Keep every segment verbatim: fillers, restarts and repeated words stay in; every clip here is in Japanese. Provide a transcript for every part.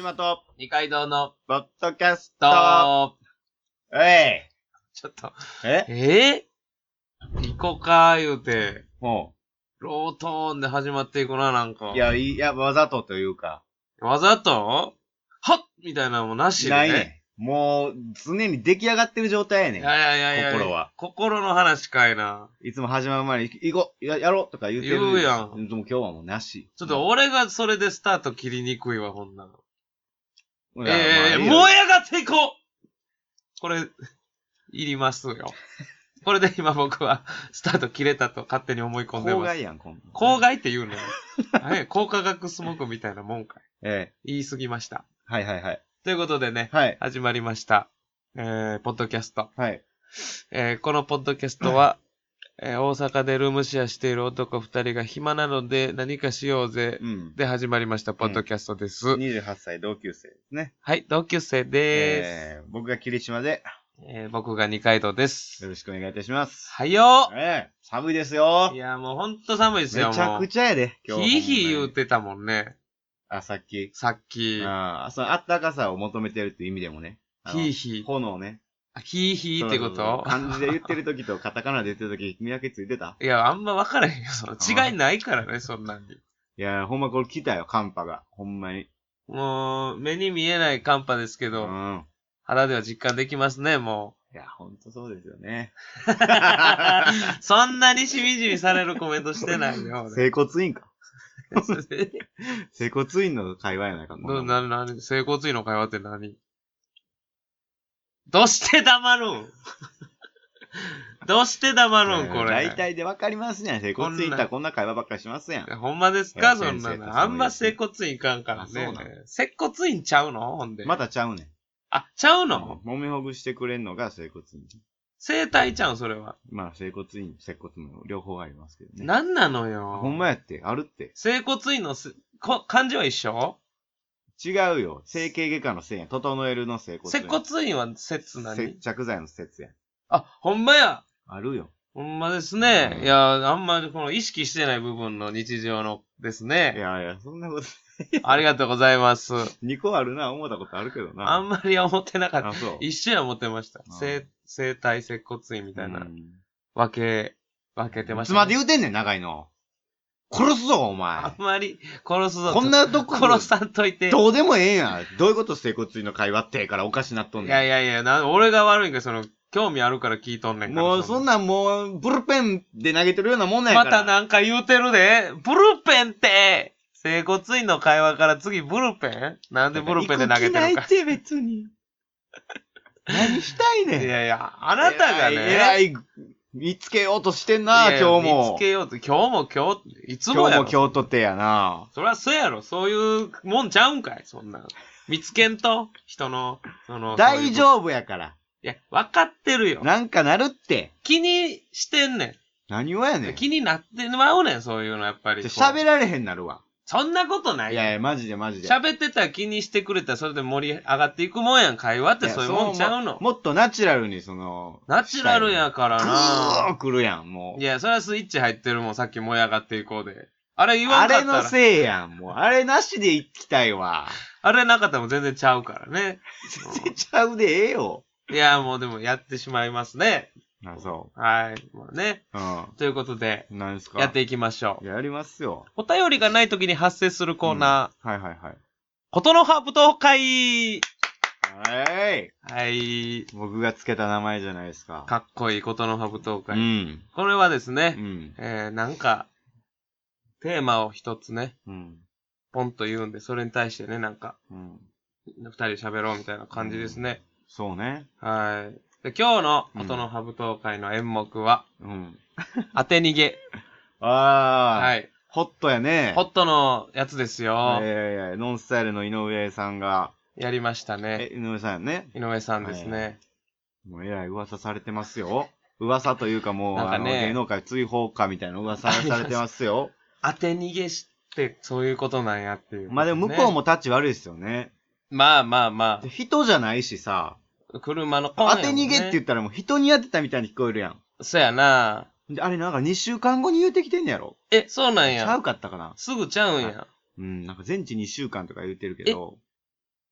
島と二階堂のポッドキャスとト。えい。 ちょっと、 ええー、行こうか言うて、 もロートーンで始まっていくな、なんか。 う。いや、いや、わざとというか。 わざとはっみたいなのもなしで、ね。 ないね。もう、常に出来上がってる状態やねん。 いやいやいやいや。 心は。 心の話かいな。 いつも始まる前に、行こう、ややろうとか言ってる。 言うやん。 でも今日はもうなし。 ちょっと俺がそれでスタート切りにくいわ、ほんなの。 いやえー、 まあ燃え上がっていこうこれ、いりますよ。これで今僕はスタート切れたと勝手に思い込んでます。 公害やん、こんな。 公害って言うのよ。はい。高化学スモークみたいなもんかい。 ええ。 言い過ぎました。 はいはいはい。 ということでね、 はい。 始まりました。えー、ポッドキャスト。 はい。 えー、このポッドキャストは、えー、大阪でルームシェアしている男二人が暇なので何かしようぜ、 うん。 で始まりましたポッドキャストです。 にじゅうはっさい同級生ですね。 はい、同級生でーす。 えー、僕が霧島で、 えー、僕が二階堂です。 よろしくお願いいたします。 はいよー。 ええ、寒いですよ。 いや、もうほんと寒いですよ、もう。 めちゃくちゃやで、 今日。ヒーヒー言うてたもんね。 あ、さっき。 さっき。 ああ、そのあったかさを求めてるっていう意味でもね。 ヒーヒー。 炎ね。 ヒーヒーってことそうそうそう漢字で言ってる時とカタカナで言ってる時、見分けついてた？ いや、あんま分からへんよ。その違いないからね、そんなんに。 いや、ほんまこれ来たよ、寒波が。ほんまに。 もう、目に見えない寒波ですけど、うん、肌では実感できますね、もう。いや、ほんとそうですよね。 そんなにしみじみされるコメントしてないよ。 整骨院か。整骨院の会話やないかも。 な、な、な、整骨院の会話って何？どうして黙るんどうして黙るんこれ。 大体でわかりますね。整骨院行ったらこんな会話ばっかりしますやん。 ほんまですかそんなの。あんま整骨院行かんからね。接骨院ちゃうのほんで。 またちゃうねん。 あ、ちゃうの？ 揉みほぐしてくれんのが整骨院。 整体ちゃうんそれは。 まあ、整骨院、接骨も両方ありますけどね。 なんなのよ。 ほんまやって、あるって。 整骨院のす、こ、漢字は一緒？ 違うよ。整形外科の整やん。整えるの整骨院。 接骨院は接何？ 接着剤の接やん。 あ、ほんまや。 あるよ。 ほんまですね。うん、いや、あんまりこの意識してない部分の日常のですね。 いやいや、そんなこと。 ありがとうございます。 にこあるな、思ったことあるけどな。 あんまり思ってなかった。 あ、そう。 一緒や思ってました。整、整体接骨院みたいな。分け、分けてました、ね。 いつまで言うてんねん、長いの。殺すぞ、お前。 あんまり、殺すぞ。 こんなとこ殺さんといて。 どうでもええやん。どういうこと整骨院の会話ってからおかしなっとんねん。 いやいやいや、な、俺が悪いんか、その、興味あるから聞いとんねんから。 もう、そんなんもう、ブルペンで投げてるようなもんなんやから。 またなんか言うてるで。ブルペンって、整骨院の会話から次ブルペン？なんでブルペンで投げてるか。 行く気ないって別に。何したいねん。 いやいや、あなたがね。 えらい、見つけようとしてんな、今日も。 見つけようと、今日も今日、いつもやろ。 今日も今日とてやな。 そりゃそうやろ。そういうもんちゃうんかい、そんな。見つけんと、人の、その。 大丈夫やから。 いや、わかってるよ。 なんかなるって。 気にしてんねん。 何をやねん。 気になってまうねん、そういうの、やっぱり。 喋られへんなるわ。 そんなことない。 いやいや、マジでマジで。 喋ってたら気にしてくれたらそれで盛り上がっていくもんやん。会話ってそういうもんちゃうの。 も, もっとナチュラルにその。 ナチュラルやからな。 グー来るやん、もう。 いや、それはスイッチ入ってるもん。さっき燃え上がっていこうで。あれ言わんかったら。 あれのせいやん、もう。あれなしで行きたいわ。 あれなかったらもう全然ちゃうからね。 全然ちゃうでええよ。 いや、もうでもやってしまいますね。 あ、そう。 はい。もうね。 うん。 ということで。 何ですか？ やっていきましょう。 やりますよ。 お便りがない時に発生するコーナー。うん、はいはいはい。 ことの葉舞踏会。 はい。 はい。 僕がつけた名前じゃないですか。 かっこいいことの葉舞踏会。 うん。 これはですね。 うん。 えー、なんか、テーマを一つね。 うん。 ポンと言うんで、それに対してね、なんか、 うん。 二人喋ろうみたいな感じですね。 うん、そうね。 はい。で、今日のことの葉舞踏会の演目は、 うん。 当て逃げ。 ああ。 はい。 ホットやね。 ホットのやつですよ。 いやいやいや、ノンスタイルの井上さんが。 やりましたね。 え、井上さんやね。 井上さんですね。 もうえらい噂されてますよ。噂というかもう、 なんかね、 あの芸能界追放かみたいな噂されてますよ。 当て逃げしてそういうことなんやっていう、ね。 まあでも向こうもタッチ悪いですよね。 まあまあまあ。 人じゃないしさ。 車のコンやもんね。 当て逃げって言ったらもう人に当てたみたいに聞こえるやん。 そやな。 で、あれなんかにしゅうかんごに言うてきてんねやろ。 え、そうなんや。 ちゃうかったかな。 すぐちゃうんや。 うん、なんか全治にしゅうかんとか言うてるけど。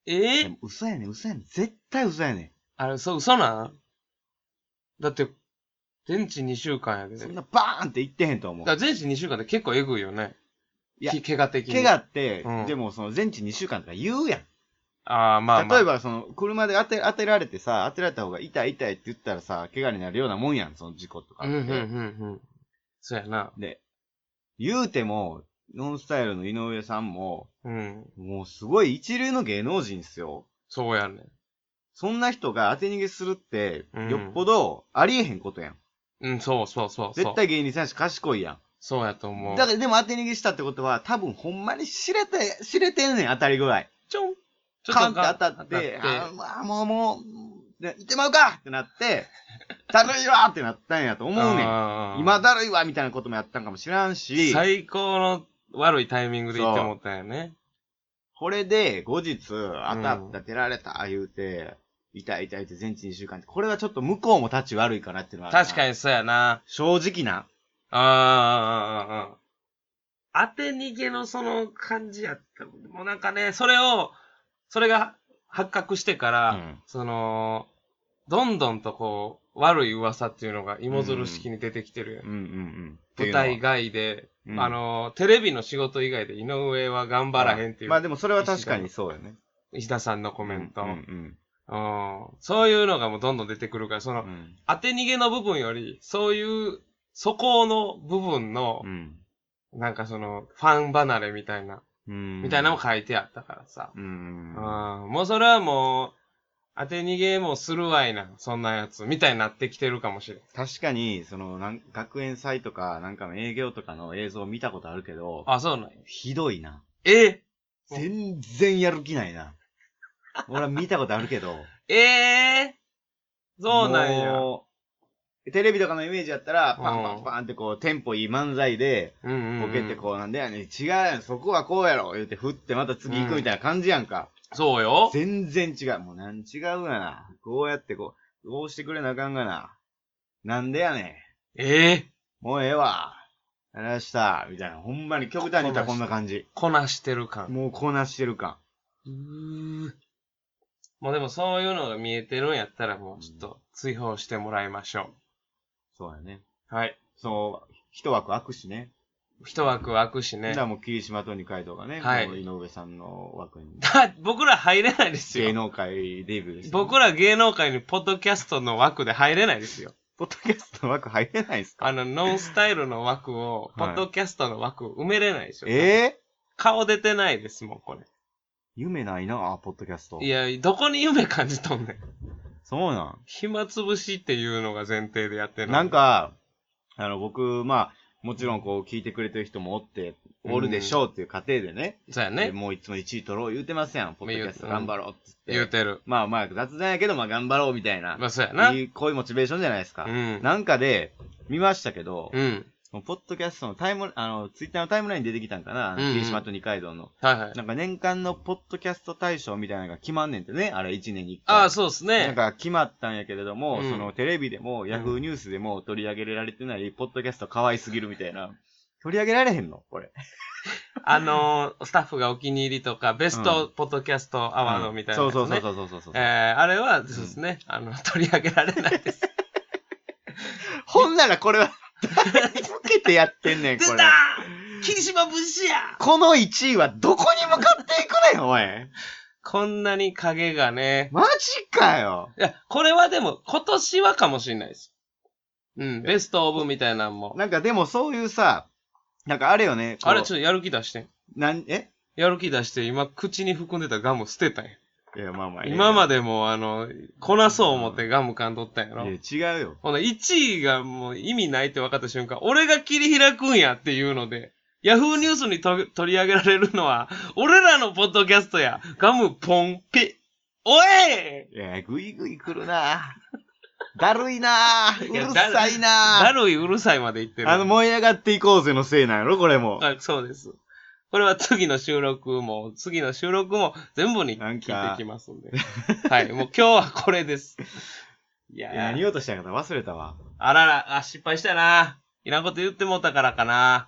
えでー、 も嘘やねん、嘘やねん。絶対嘘やねあれ、そう、嘘なんだって、全治にしゅうかんやで。 ん。そんなバーンって言ってへんと思う。 だから全治にしゅうかんって結構エグいよね。 いやき怪我的に。 怪我って、 うんでもその全治にしゅうかんとか言うやん。 ああ、まあまあ。 例えば、その、車で当て、当てられてさ、当てられた方が痛い痛いって言ったらさ、怪我になるようなもんやん、その事故とかって。 うん、うん、うん、うん。そうやな。 で、言うても、ノンスタイルの井上さんも、 うん。 もうすごい一流の芸能人っすよ。 そうやねん。 そんな人が当て逃げするって、 うんよっぽどありえへんことやん。 うん、そうそうそうそう。 絶対芸人さんし賢いやん。 そうやと思う。 だからでも当て逃げしたってことは、多分ほんまに知れて、知れてんねん、当たり具合。 ちょんちょカンって当た当って、あーまあもうもう、で行ってまうかってなって、だるいわってなったんやと思うねん。 ん今だるいわみたいなこともやったんかもしらんし、 最高の悪いタイミングで言ってもったんやね。 これで後日当たった、出られた言うて、痛い痛いって全治にしゅうかんって、これはちょっと向こうも立ち悪いかなっていうのはあるな。 確かにそうやな。 正直な。 ああ、ああ、ああ。当て逃げのその感じやった。もうなんかね、それを、それが発覚してから、 うんその、どんどんとこう、悪い噂っていうのが芋づる式に出てきてるやん。 うんうんうん。 舞台外で、 うんあの、テレビの仕事以外で井上は頑張らへんっていう。 まあでもそれは確かにそうよね。 石田さんのコメント。 うんうんうんそういうのがもうどんどん出てくるから、その、 うん。 当て逃げの部分より、そういう、そこの部分のう、ん。 なんかその、ファン離れみたいな、 うん。 みたいなのも書いてあったからさ。 うん。 うんもうそれはもう、当て逃げもするわいな、そんなやつ、みたいになってきてるかもしれん。 確かに、その、なん学園祭とか、なんかの営業とかの映像を見たことあるけど、 あ、そうなんや。 ひどいな。 え全然やる気ないな。俺は見たことあるけど。 ええー、そうなんや。 もうテレビとかのイメージやったら、 うんパンパンパンってこう、テンポいい漫才で、 うんうん、うん。 ボケてこう、なんでやねん、違うやん、そこはこうやろ、言うて振ってまた次行くみたいな感じやんか。 そうよ。 全然違う。もうなん違うがな。こうやってこう、こうしてくれなあかんがな。なんでやねん。 ええもうええわ。やらした。みたいな。ほんまに極端に言ったらこんな感じ。 ー、こなしてる感。 もうこなしてる感。 うーもうでもそういうのが見えてるんやったらもうちょっと追放してもらいましょそうやね。 う。はい。 そう、一枠空くしね。 一枠空くしねだか。らもう霧島と二階堂がね、 はいこの井上さんの枠に。 だ僕ら入れないです芸よ。 能界デビューです、ね。 僕ら芸能界にポッドキャストの枠で入れないですよ。 ポッドキャストの枠入れないんすか？ あの、ノンスタイルの枠を、ポはいッドキャストの枠埋めれないですよ。 ええ顔出てないですもん、これ。 夢ないな、ポッドキャスト。 いや、どこに夢感じとんねん。 そうなん。 暇つぶしっていうのが前提でやってる。 なん、か、あの、僕、まあ、もちろんこう聞いてくれてる人もおって、おるでしょうっていう過程でね。でそうやね。 もういつもいちい取ろう言うてますやん。ポッドキャスト頑張ろうって言って。 言うてる。 まあまあ雑談やけど、まあ頑張ろうみたいな。 まあ、そうやな。 いい、こういうモチベーションじゃないですか。 うん。 なんかで、見ましたけど、 うん。 もうポッドキャストのタイム、あの、ツイッターのタイムラインに出てきたんかな、 うんうん霧島と二階堂の。 はいはい。 なんか年間のポッドキャスト大賞みたいなのが決まんねんてね、あれいちねんにいっかい。 ああ、そうですなんね。 か決まったんやけれども、 うんそのテレビでも、ヤフーニュースでも取り上げられてない、ポッドキャスト可愛すぎるみたいな。取り上げられへんのこれ。 あのー、スタッフがお気に入りとか、ベストポッドキャストアワードみたいなやつね。 そうそうそうそうそうそう。 えー、あれは、そうですね、あの、取り上げられないです。 ほんならこれは、誰に向けてやってんねん、これ。 出たー霧島武士やこのいちいはどこに向かっていくねん、おい。 こんなに影がね。 マジかよ。 いや、これはでも、今年はかもしれないです。うん、ベストオブみたいなのも。 なんかでもそういうさ、なんかあれよね。こうあれ、ちょっとやる気出してん。 なん、えやる気出して、今、口に含んでたガム捨てたんや。 いや、まあまあ。 今まで。 でも、あの、こなそう思ってガム噛んどったんやろ。 いや、違うよ。 ほな、いちいがもう意味ないって分かった瞬間、俺が切り開くんやっていうので、ヤフーニュースにと取り上げられるのは、俺らのポッドキャストや、ガムポンペ、おいいや、ぐいぐい来るなだるいなういやるさいだなるいうるさいまで言ってる。 あの、燃え上がっていこうぜのせいなんやろこれも。 あそうです。これは次の収録も、次の収録も全部に聞いてきますんで。はい、もう今日はこれです。いやいや、何言おうとしたんか忘れたわ。 あらら、あ、失敗したな。いらんこと言ってもうたからかな。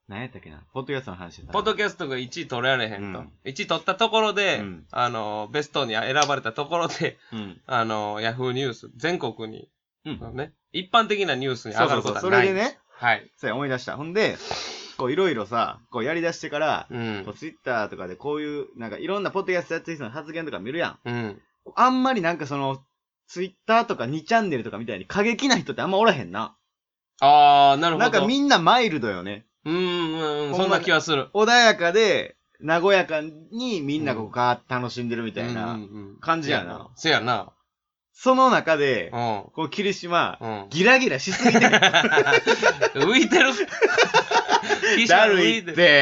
何やったっけなポッドキャストの話だポッドキャストがいちい取られへんと。 うん、 いちい取ったところで、 うん、 あの、ベストに選ばれたところで、 うん、 あの、ヤフーニュース、全国に、 うん、 ね、一般的なニュースに上がることはない。 そうそうそう、それでね、 はい。 そうや、思い出した。ほんで、こういろいろさ、こうやり出してから、 うん、 こうツイッターとかでこういう、なんかいろんなポッドキャストやってる人の発言とか見るやん。 うん。 あんまりなんかその、ツイッターとかにチャンネルとかみたいに過激な人ってあんまおらへんな。 あー、なるほど。 なんかみんなマイルドよね。 うーん、そんな気はする。 穏やかで、和やかにみんなこうか、うん、楽しんでるみたいな感じやな。 せやな。 その中で、 うん、 こう霧島、 うん、 ギラギラしすぎてる。 浮いてるだるいって、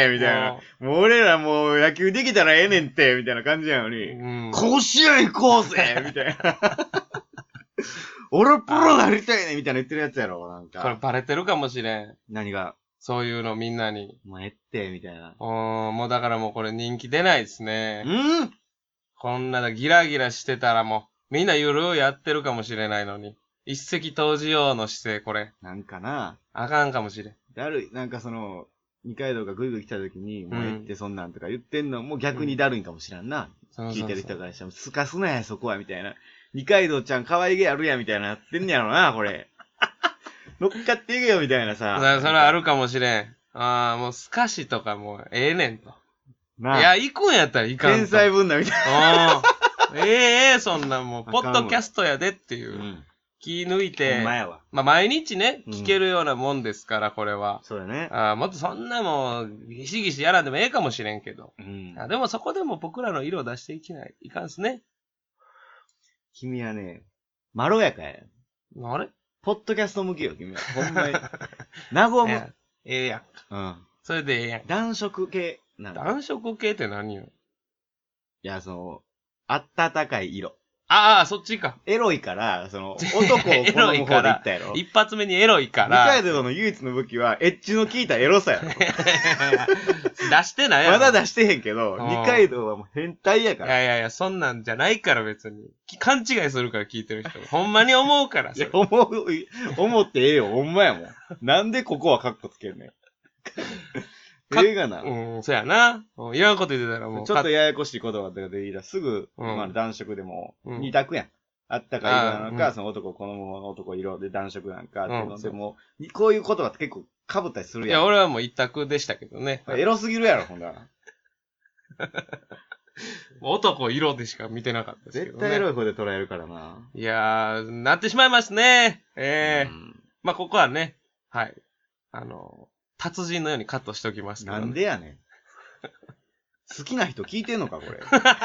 みたいな。もう俺らもう野球できたらええねんって、みたいな感じやのに、うん、甲子園行こうぜみたいな。俺プロなりたいねみたいな言ってるやつやろ、なんか。 これバレてるかもしれん。 何がそういうのみんなに。 もうえって、みたいな。 うーん、もうだからもうこれ人気出ないですね。 うんこんなギラギラしてたらもう、みんなゆるーやってるかもしれないのに。一石投じようの姿勢、これ。 なんかな。 あかんかもしれん。 だるい、なんかその、二階堂がグイグイ来た時に、もうえってそんなんとか言ってんのも逆にだるいんかもしらんな。うん、聞いてる人からしても、すかすなや、そこは、みたいな。二階堂ちゃん可愛げあるや、みたいな、なってんねやろな、これ。乗っかっていけよ、みたいなさ。 それはあるかもしれん。ああ、もうスカシとかもうええねんと。 なあ。 いや、行くんやったら行かんと。 天才分だ、みたいな。ええええ、そんなもう、ポッドキャストやでっていう。うん、気抜いて。 ほんまやわ。 まあ、毎日ね、聞けるようなもんですから、これは。 そうだね。 ああ、もっとそんなもん、ギシギシやらんでもええかもしれんけど。 うん。 あでもそこでも僕らの色を出していきない、いかんすね。 君はね、まろやかや。 あれポッドキャスト向きよ、君は。ほんまに。なごむ。ええやんか。うん。それでええやん。 暖色系なんだ。 暖色系って何よ。 いや、その、あったたかい色。 ああ、そっちか。 エロいから、その、男を好む方で言ったやろ。 一発目にエロいから。 二階堂の唯一の武器は、エッジの効いたエロさやろ。 出してないやろ。 まだ出してへんけど、二階堂はもう変態やから。 いやいやいや、そんなんじゃないから別に。勘違いするから聞いてる人。ほんまに思うからいや、思う、思ってええよ、ほんまやもん。なんでここはカッコつけんねん。映画な。 うん、そやな。いらんこと言ってたらもう。 ちょっとややこしい言葉とかで言い出すぐ、うん、まあ暖色でも、二択やん。あったかい色なのか、うん、その男、このまま男色で暖色なんかっていうのでも、うん、こういう言葉って結構被ったりするやん。 いや、俺はもう一択でしたけどね。 エロすぎるやろ、ほんなら。 男色でしか見てなかったですけどね。 絶対エロい方で捉えるからな。 いやー、なってしまいますね。ええーうん、まあ、ここはね、はい。あの、達人のようにカットしておきますけど、ね。 なんでやねん。好きな人聞いてんのか、これ。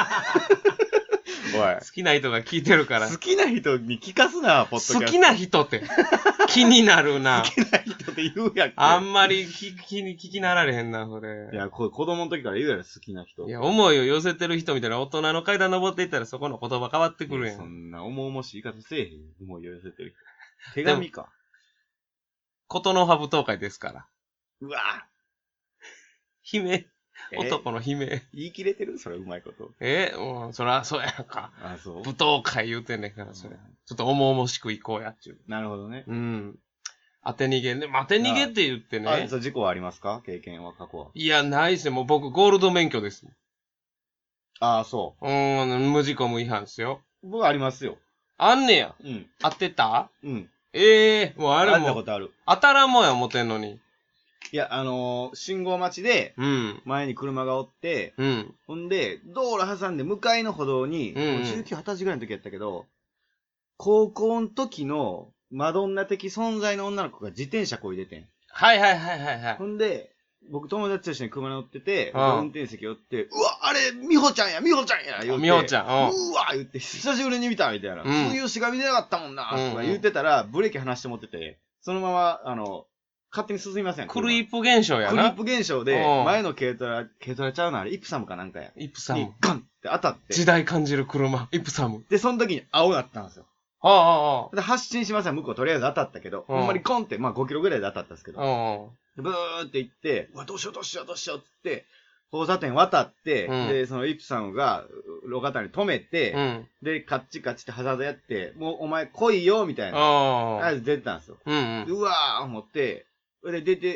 おい。 好きな人が聞いてるから。 好きな人に聞かすな、ポッドキャスト。 好きな人って。気になるな。 好きな人って言うやんけ。 あんまり聞きに、聞きなられへんな、それ。 いや、こ子供の時から言うやろ、好きな人。 いや、思いを寄せてる人みたいな大人の階段登っていったらそこの言葉変わってくるやん。 そんな重々しい言い方せえへん。思いを寄せてる人。手紙か。 ことの葉舞踏会ですから。 うわ悲鳴。男の悲鳴。 言い切れてるそれうまいこと。 えうん、そら、そうやんか。 あ、そう。 舞踏会言うてんねんから、それ。ちょっと重々しく行こうやっちゅう。 なるほどね。 うん。当て逃げね。当て逃げって言ってね。 あ、そう、事故はありますか経験は、過去は。 いや、ないっすね。もう僕、ゴールド免許です。 ああ、そう。 うーん、無事故無違反ですよ。 僕ありますよ。 あんねや。 うん。 当てたうん。 ええー、もうあれも。 当たことある。 当たらんもんや思ってんのに。 いや、あのー、信号待ちで、うん。前に車がおって、うん。ほんで、道路挟んで向かいの歩道に、うん、うん、じゅうきゅう、はたちぐらいの時やったけど、高校の時のマドンナ的存在の女の子が自転車こいでてん。 はいはいはいはいはい。 ほんで、僕友達と一緒に車乗ってて、運転席寄って、うわ、あれ、美穂ちゃんや、美穂ちゃんや、言うて。 美穂ちゃん。 うわ、言って、久しぶりに見た、みたいな。うん、そういうしがみ出なかったもんな、とか言ってたら、ブレーキ離して持ってて、そのまま、あの、勝手に進みません。 クリープ現象やな。 クリープ現象で、前の軽トラ、軽トラちゃうのあれ、イプサムかなんかや。 イプサム。にガンって当たって。 時代感じる車、イプサム。 で、その時に青だったんですよ。 はあはあ。 で、発進しません。向こうとりあえず当たったけど、ほんまにコンって、まあごキロぐらいで当たったんですけど、ブーって行って、うわ、どうしようどうしようどうしようって言って、交差点渡って、うん、で、そのイプサムが、路肩に止めて、うん、で、カッチカチってハザードやって、もうお前来いよ、みたいな。ああ。出てたんですよ。うんうん、うわー思って、で、出て、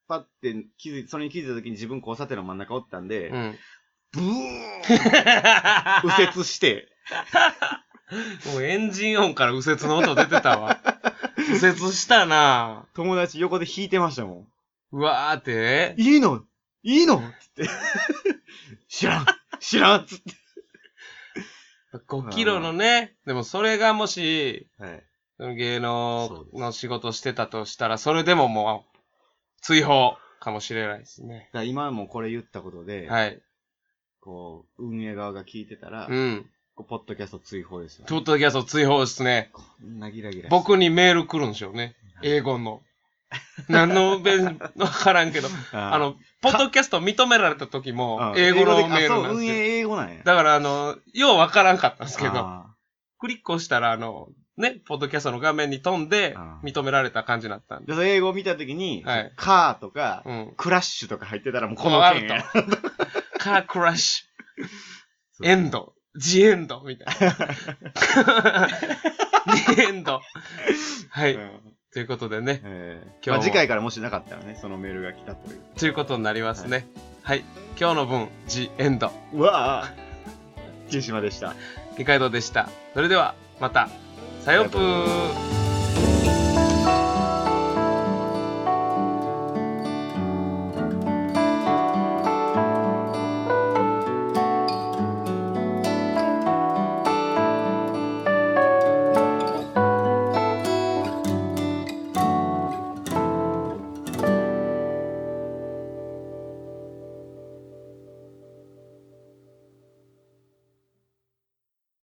パッて気づい、それに気づいた時に自分交差点の真ん中おったんで、 うん。 ブーン右折して、 もうエンジン音から右折の音出てたわ。右折したなぁ。 友達横で弾いてましたもん。 うわーって。 いいのいいのつって。知らん知らんつって。 ごキロのね、でもそれがもし、 はい、 芸能の仕事してたとしたら、それでももう、追放かもしれないですね。 だ今もこれ言ったことで、 はい。 こう、運営側が聞いてたら、 うん。 こうポッドキャスト追放ですよ、ね。 ポッドキャスト追放ですね。 こんなギラギラ。 僕にメール来るんでしょうね。英語の。何の弁、わからんけど、あの、ポッドキャスト認められた時も、英語のメールなんですよ。そう、 運営英語なんや。 だから、あの、ようわからんかったんですけど、クリックをしたら、あの、ね、ポッドキャストの画面に飛んで、認められた感じになったんで。 で、英語を見た時に、はい、カーとか、うん、クラッシュとか入ってたらもうこの件や。 カークラッシュ。エンド。ジエンド。みたいな。ジエンド。はい。うんということでね。 えー、今日、まあ、次回からもしなかったらね、そのメールが来たという。 ということになりますね。はい。はい、今日の分、ジエンド。 うわぁ。霧島でした。 二階堂でした。それでは、また。さよぷー。